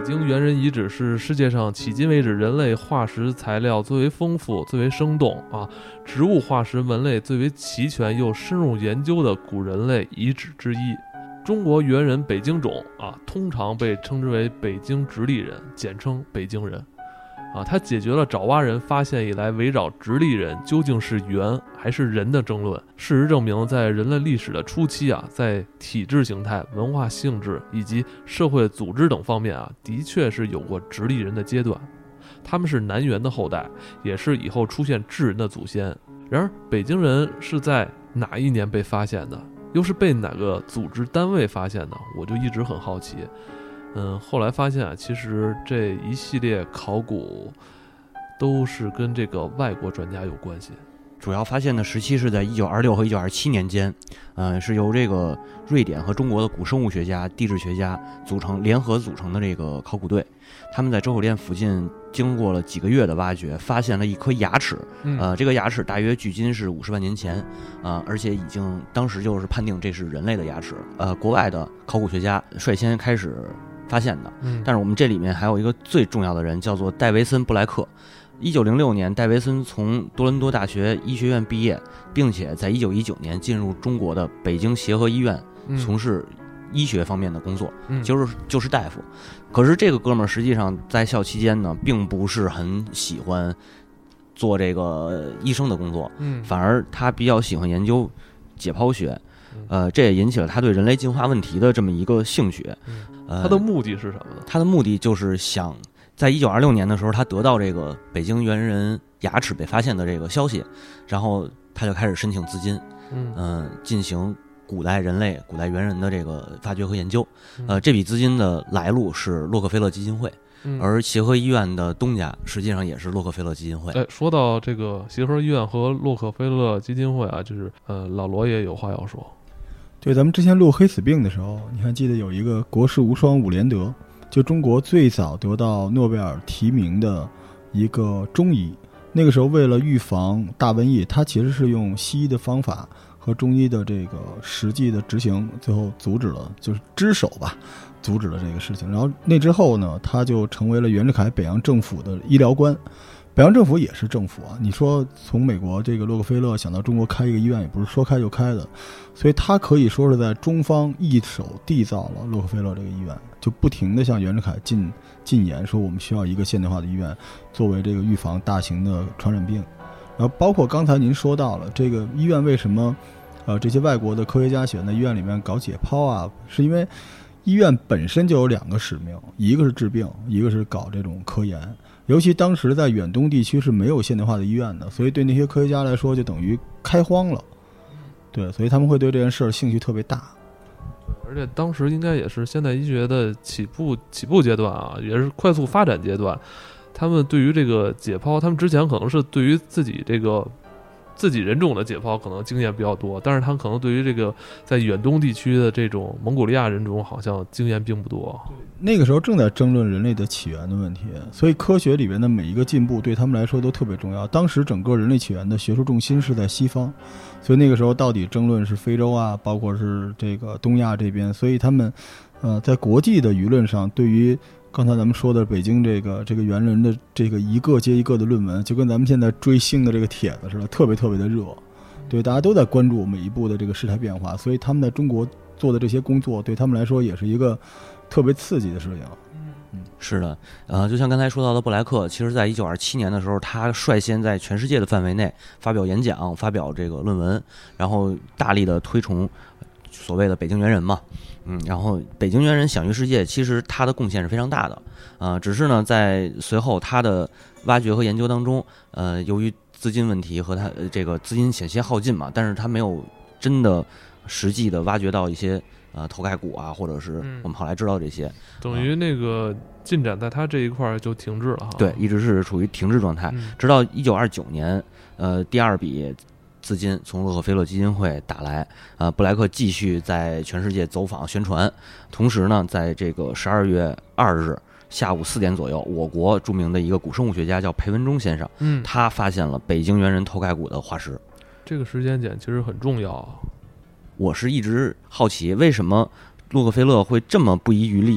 京猿人遗址是世界上迄今为止人类化石材料最为丰富、最为生动植物化石门类最为齐全又深入研究的古人类遗址之一。中国猿人北京种通常被称之为北京直立人，简称北京人。它解决了爪哇人发现以来围绕直立人究竟是猿还是人的争论。事实证明，在人类历史的初期在体制形态、文化性质以及社会组织等方面的确是有过直立人的阶段。他们是南猿的后代，也是以后出现智人的祖先。然而，北京人是在哪一年被发现的？又是被哪个组织单位发现的？我就一直很好奇。后来发现其实这一系列考古都是跟这个外国专家有关系。 主要发现的时期是在1926和1927年间，是由这个瑞典和中国的古生物学家、地质学家联合组成的这个考古队。他们在周口店附近经过了几个月的挖掘，发现了一颗牙齿。这个牙齿大约距今是50万年前，而且当时就是判定这是人类的牙齿。国外的考古学家率先开始发现的。但是我们这里面还有一个最重要的人，叫做戴维森·布莱克。1906年，戴维森从多伦多大学医学院毕业，并且在1919年进入中国的北京协和医院从事医学方面的工作，就是大夫。可是这个哥们儿实际上在校期间呢，并不是很喜欢做这个医生的工作，反而他比较喜欢研究解剖学，这也引起了他对人类进化问题的这么一个兴趣。 他的目的是什么呢？ 他的目的就是想在1926年的时候，他得到这个北京猿人牙齿被发现的这个消息，然后他就开始申请资金，进行古代人类、古代猿人的这个发掘和研究。这笔资金的来路是洛克菲勒基金会，而协和医院的东家实际上也是洛克菲勒基金会。 说到这个协和医院和洛克菲勒基金会就是老罗也有话要说。 对，咱们之前录黑死病的时候，你还记得有一个国士无双伍连德，就中国最早得到诺贝尔提名的一个中医。那个时候为了预防大瘟疫，他其实是用西医的方法和中医的这个实际的执行，最后阻止了，就是只手吧，阻止了这个事情。然后那之后呢，他就成为了袁世凯北洋政府的医疗官。北洋政府也是政府你说从美国这个洛克菲勒想到中国开一个医院，也不是说开就开的，所以他可以说是在中方一手缔造了洛克菲勒这个医院，就不停地向袁世凯进言说我们需要一个现代化的医院作为这个预防大型的传染病。然后包括刚才您说到了这个医院为什么这些外国的科学家喜欢在医院里面搞解剖是因为医院本身就有两个使命，一个是治病，一个是搞这种科研。尤其当时在远东地区是没有现代化的医院的，所以对那些科学家来说就等于开荒了。对，所以他们会对这件事兴趣特别大。 而且当时应该也是现代医学的起步阶段也是快速发展阶段。他们对于这个解剖，他们之前可能是对于自己人种的解剖可能经验比较多，但是他可能对于这个在远东地区的这种蒙古利亚人种好像经验并不多。 那个时候正在争论人类的起源的问题，所以科学里面的每一个进步对他们来说都特别重要。当时整个人类起源的学术重心是在西方，所以那个时候到底争论是非洲包括是这个东亚这边，所以他们在国际的舆论上对于刚才咱们说的北京这个猿人的这个一个接一个的论文，就跟咱们现在追星的这个帖子似的，特别特别的热。对，大家都在关注每一步的这个事态变化，所以他们在中国做的这些工作对他们来说也是一个特别刺激的事情。 是的，就像刚才说到的布莱克，其实在1927年的时候，他率先在全世界的范围内发表演讲，发表这个论文，然后大力的推崇所谓的北京猿人嘛。然后北京猿人享誉世界，其实他的贡献是非常大的，只是呢，在随后他的挖掘和研究当中，由于资金问题和他这个资金险些耗尽嘛，但是他没有真的实际的挖掘到一些头盖骨或者是我们后来知道这些， 等于那个进展在他这一块就停滞了对，一直是处于停滞状态，直到1929年，第二笔资金从洛克菲勒基金会打来，布莱克继续在全世界走访宣传。同时呢，在这个12月2日下午4点左右，我国著名的一个古生物学家叫裴文中先生，他发现了北京猿人头盖骨的化石。 这个时间点其实很重要我是一直好奇，为什么洛克菲勒会这么不遗余力的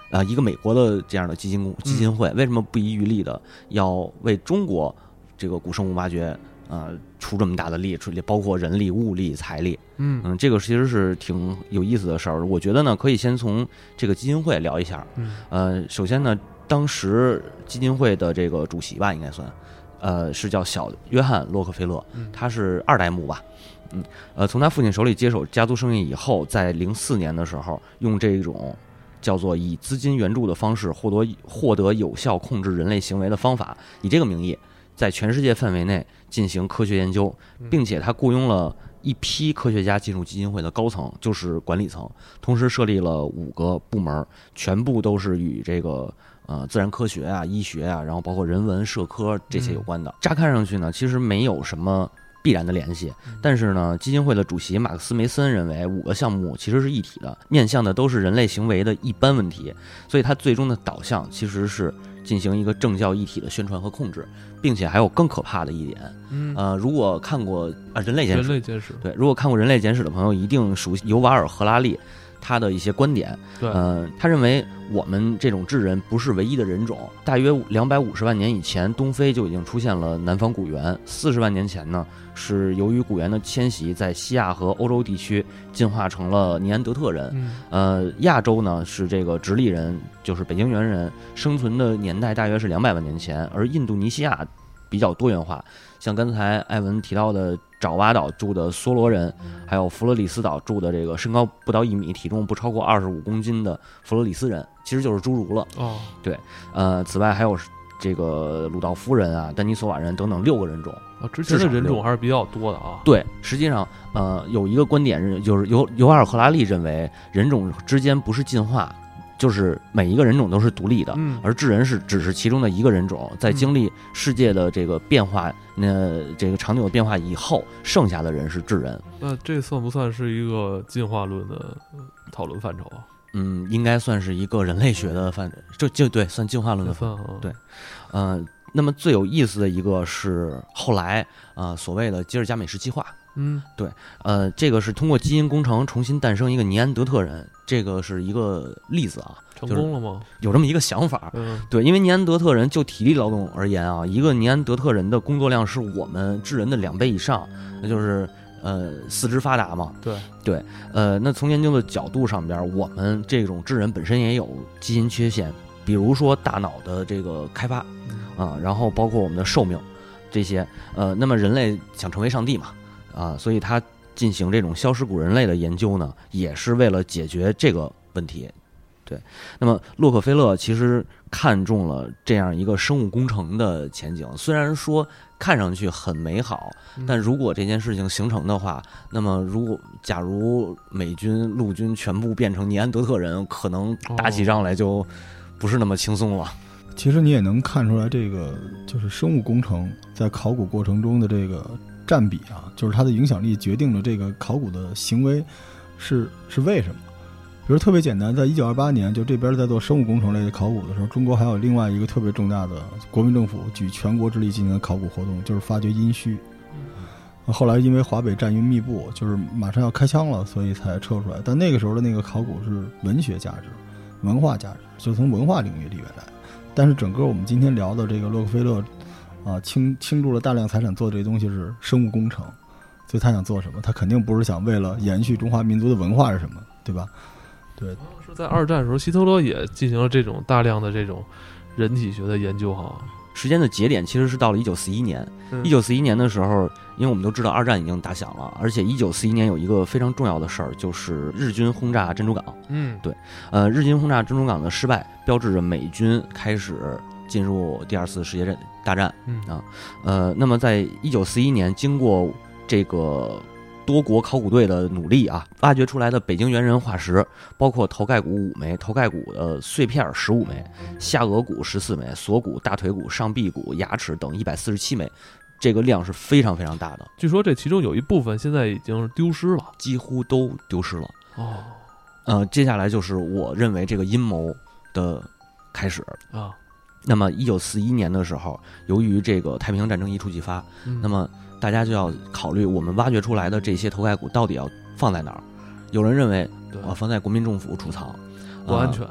一个美国的这样的基金会，为什么不遗余力的要为中国这个古生物挖掘出这么大的力，包括人力、物力、财力？这个其实是挺有意思的事儿。我觉得呢，可以先从这个基金会聊一下。首先呢，当时基金会的这个主席吧，应该算，是叫小约翰·洛克菲勒，他是2代目吧。从他父亲手里接手家族生意以后，在04年的时候，用这种叫做以资金援助的方式获得有效控制人类行为的方法，以这个名义，在全世界范围内进行科学研究，并且他雇佣了一批科学家进入基金会的高层，就是管理层，同时设立了5个部门，全部都是与这个自然科学啊、医学啊，然后包括人文、社科这些有关的。乍看上去呢，其实没有什么必然的联系，但是呢，基金会的主席马克思梅森认为5个项目其实是一体的，面向的都是人类行为的一般问题，所以他最终的导向其实是进行一个政教一体的宣传和控制，并且还有更可怕的一点，如果看过人类简史，对，如果看过人类简史的朋友一定熟悉尤瓦尔·赫拉利他的一些观点。他认为我们这种智人不是唯一的人种，大约250万年以前，东非就已经出现了南方古猿，40万年前呢，是由于古猿的迁徙，在西亚和欧洲地区进化成了尼安德特人。亚洲呢是这个直立人，就是北京猿人，生存的年代大约是200万年前，而印度尼西亚比较多元化，像刚才艾文提到的爪哇岛住的梭罗人，还有弗罗里斯岛住的这个身高不到1米、体重不超过25公斤的弗罗里斯人，其实就是侏儒了。对，此外还有这个鲁道夫人啊、丹尼索瓦人等等6个人种。 之前的人种还是比较多的啊。 对，实际上有一个观点就是尤瓦尔·赫拉利认为人种之间不是进化，就是每一个人种都是独立的，而智人只是其中的一个人种，在经历世界的这个变化，这个长久的变化以后，剩下的人是智人。 那这算不算是一个进化论的讨论范畴啊？ 应该算是一个人类学的范畴，就对，算进化论的范畴。对，那么最有意思的一个是后来所谓的吉尔加美什计划。对，这个是通过基因工程重新诞生一个尼安德特人，这个是一个例子啊。 成功了吗？ 有这么一个想法。对，因为尼安德特人就体力劳动而言啊，一个尼安德特人的工作量是我们智人的2倍以上，那就是四肢发达嘛。对，那从研究的角度上边，我们这种智人本身也有基因缺陷，比如说大脑的这个开发然后包括我们的寿命这些，那么人类想成为上帝嘛。所以他进行这种消失古人类的研究呢，也是为了解决这个问题。对，那么洛克菲勒其实看中了这样一个生物工程的前景，虽然说看上去很美好，但如果这件事情形成的话，那么假如美军陆军全部变成尼安德特人，可能打起仗来就不是那么轻松了。 其实你也能看出来，这个就是生物工程在考古过程中的这个占比啊，就是它的影响力决定了这个考古的行为是为什么。比如特别简单，在1928年，就这边在做生物工程类的考古的时候，中国还有另外一个特别重大的国民政府举全国之力进行的考古活动，就是发掘殷墟。后来因为华北战云密布，就是马上要开枪了，所以才撤出来。但那个时候的那个考古是文学价值、文化价值，就从文化领域里面来。但是整个我们今天聊的这个洛克菲勒倾注了大量财产做的这东西是生物工程，所以他想做什么？他肯定不是想为了延续中华民族的文化是什么，对吧？对， 是在2战的时候，希特勒也进行了这种大量的这种人体学的研究哈。 时间的节点其实是到了1941年。1941年的时候，因为我们都知道2战已经打响了，而且1941年有一个非常重要的事儿，就是日军轰炸珍珠港。对，日军轰炸珍珠港的失败，标志着美军开始进入第2次世界大战。那么在1941年，经过这个多国考古队的努力挖掘出来的北京猿人化石，包括头盖骨5枚、头盖骨的碎片15枚、下颌骨14枚、锁骨、大腿骨、上臂骨、牙齿等147枚，这个量是非常非常大的。 据说这其中有一部分现在已经丢失了， 几乎都丢失了。接下来就是我认为这个阴谋的开始啊。 那么1941年的时候，由于这个太平洋战争一触即发，那么大家就要考虑我们挖掘出来的这些头盖骨到底要放在哪儿。有人认为放在国民政府储藏不安全。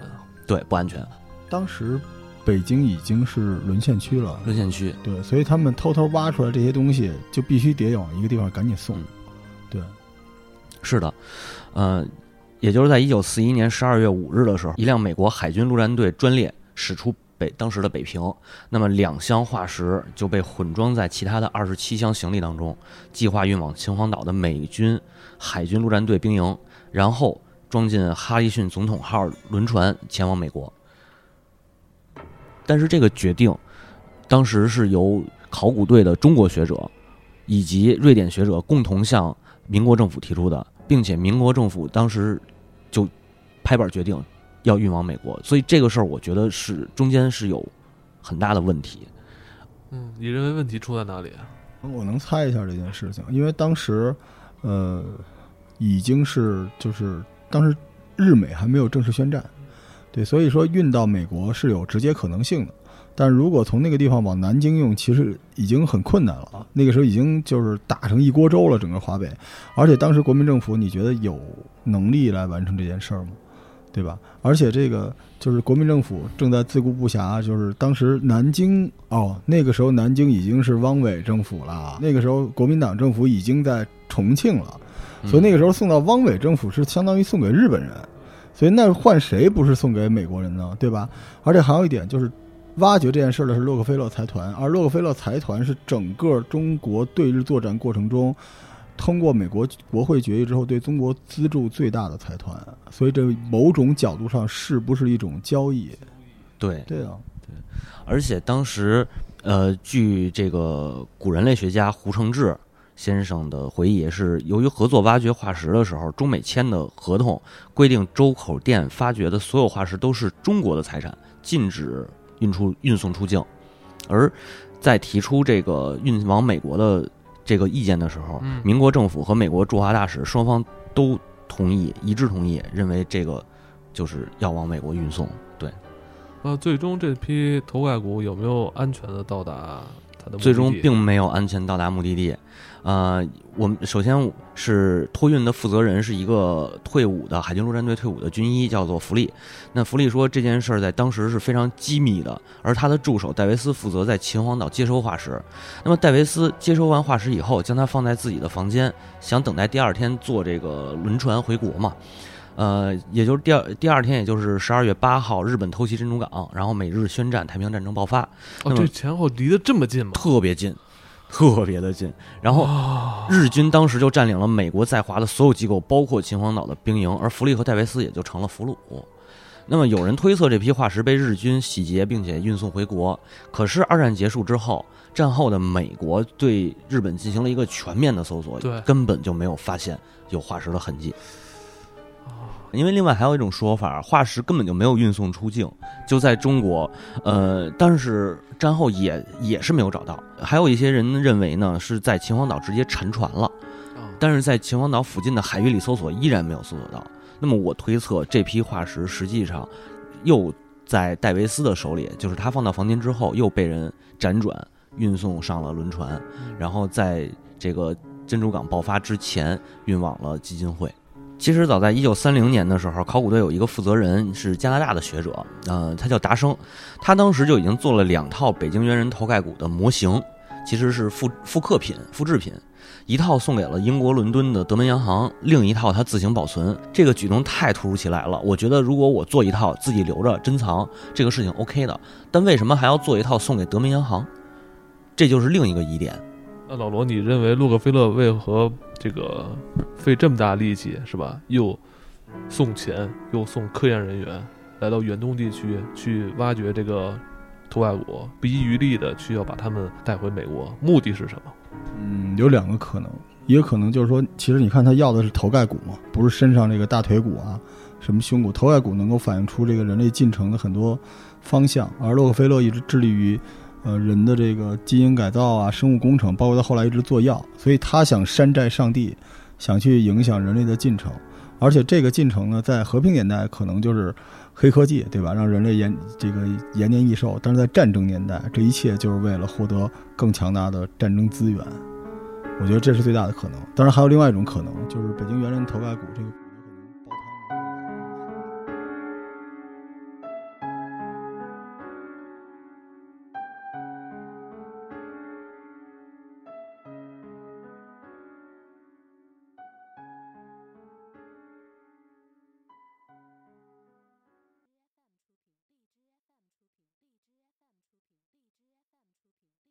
对，不安全。 当时北京已经是沦陷区了， 沦陷区， 对，所以他们偷偷挖出来这些东西，就必须得往一个地方赶紧送。对， 是的，也就是在1941年12月5日的时候，一辆美国海军陆战队专列驶出当时的北平，那么2箱化石就被混装在其他的27箱行李当中，计划运往秦皇岛的美军海军陆战队兵营，然后装进哈里逊总统号轮船前往美国。但是这个决定当时是由考古队的中国学者以及瑞典学者共同向民国政府提出的，并且民国政府当时就拍板决定要运往美国，所以这个事儿我觉得是中间是有很大的问题。 你认为问题出在哪里啊？ 我能猜一下这件事情，因为当时已经是就是当时日美还没有正式宣战，对，所以说运到美国是有直接可能性的。但如果从那个地方往南京用，其实已经很困难了啊。那个时候已经就是打成一锅粥了，整个华北。而且当时国民政府，你觉得有能力来完成这件事儿吗？对吧？而且这个就是国民政府正在自顾不暇，就是当时南京那个时候南京已经是汪伪政府了，那个时候国民党政府已经在重庆了，所以那个时候送到汪伪政府是相当于送给日本人，所以那换谁不是送给美国人呢？对吧？而且还有一点就是。挖掘这件事的是洛克菲勒财团，而洛克菲勒财团是整个中国对日作战过程中通过美国国会决议之后对中国资助最大的财团，所以这某种角度上是不是一种交易？ 对啊，对。 而且当时据这个古人类学家胡承志先生的回忆，是由于合作挖掘化石的时候，中美签的合同规定周口店发掘的所有化石都是中国的财产，禁止运送出境。而在提出这个运往美国的这个意见的时候，民国政府和美国驻华大使双方都一致同意，认为这个就是要往美国运送。对， 最终这批头盖骨有没有安全的到达它的目的地？ 最终并没有安全到达目的地。我们首先是托运的负责人是一个退伍的海军陆战队退伍的军医，叫做弗利。那弗利说这件事在当时是非常机密的，而他的助手戴维斯负责在秦皇岛接收化石。那么戴维斯接收完化石以后，将它放在自己的房间，想等待第二天坐这个轮船回国嘛。也就是第二天，也就是12月8号，日本偷袭珍珠港，然后美日宣战，太平洋战争爆发。 这前后离得这么近吗？ 特别近。特别的近，然后日军当时就占领了美国在华的所有机构，包括秦皇岛的兵营，而弗利和戴维斯也就成了俘虏。那么有人推测这批化石被日军洗劫并且运送回国，可是二战结束之后，战后的美国对日本进行了一个全面的搜索，根本就没有发现有化石的痕迹。因为另外还有一种说法，化石根本就没有运送出境，就在中国，但是战后也是没有找到。还有一些人认为呢，是在秦皇岛直接沉船了，但是在秦皇岛附近的海域里搜索依然没有搜索到。那么我推测这批化石实际上又在戴维斯的手里，就是他放到房间之后又被人辗转运送上了轮船，然后在这个珍珠港爆发之前运往了基金会。其实早在1930年的时候，考古队有一个负责人是加拿大的学者，他叫达生，他当时就已经做了2套北京猿人头盖骨的模型，其实是复制品，一套送给了英国伦敦的德门洋行，另一套他自行保存。这个举动太突如其来了，我觉得如果我做一套自己留着珍藏，这个事情 OK 的，但为什么还要做一套送给德门洋行？这就是另一个疑点。 那老罗，你认为洛克菲勒为何这个费这么大力气，是吧？又送钱，又送科研人员来到远东地区去挖掘这个头盖骨，不遗余力的去要把他们带回美国，目的是什么？ 有2个可能，一个可能就是说，其实你看他要的是头盖骨嘛，不是身上这个大腿骨啊，什么胸骨，头盖骨能够反映出这个人类进程的很多方向，而洛克菲勒一直致力于人的这个基因改造啊，生物工程，包括他后来一直做药，所以他想山寨上帝，想去影响人类的进程。而且这个进程呢，在和平年代可能就是黑科技，对吧？让人类延年益寿。但是在战争年代，这一切就是为了获得更强大的战争资源。我觉得这是最大的可能。当然还有另外一种可能，就是北京猿人头盖骨这个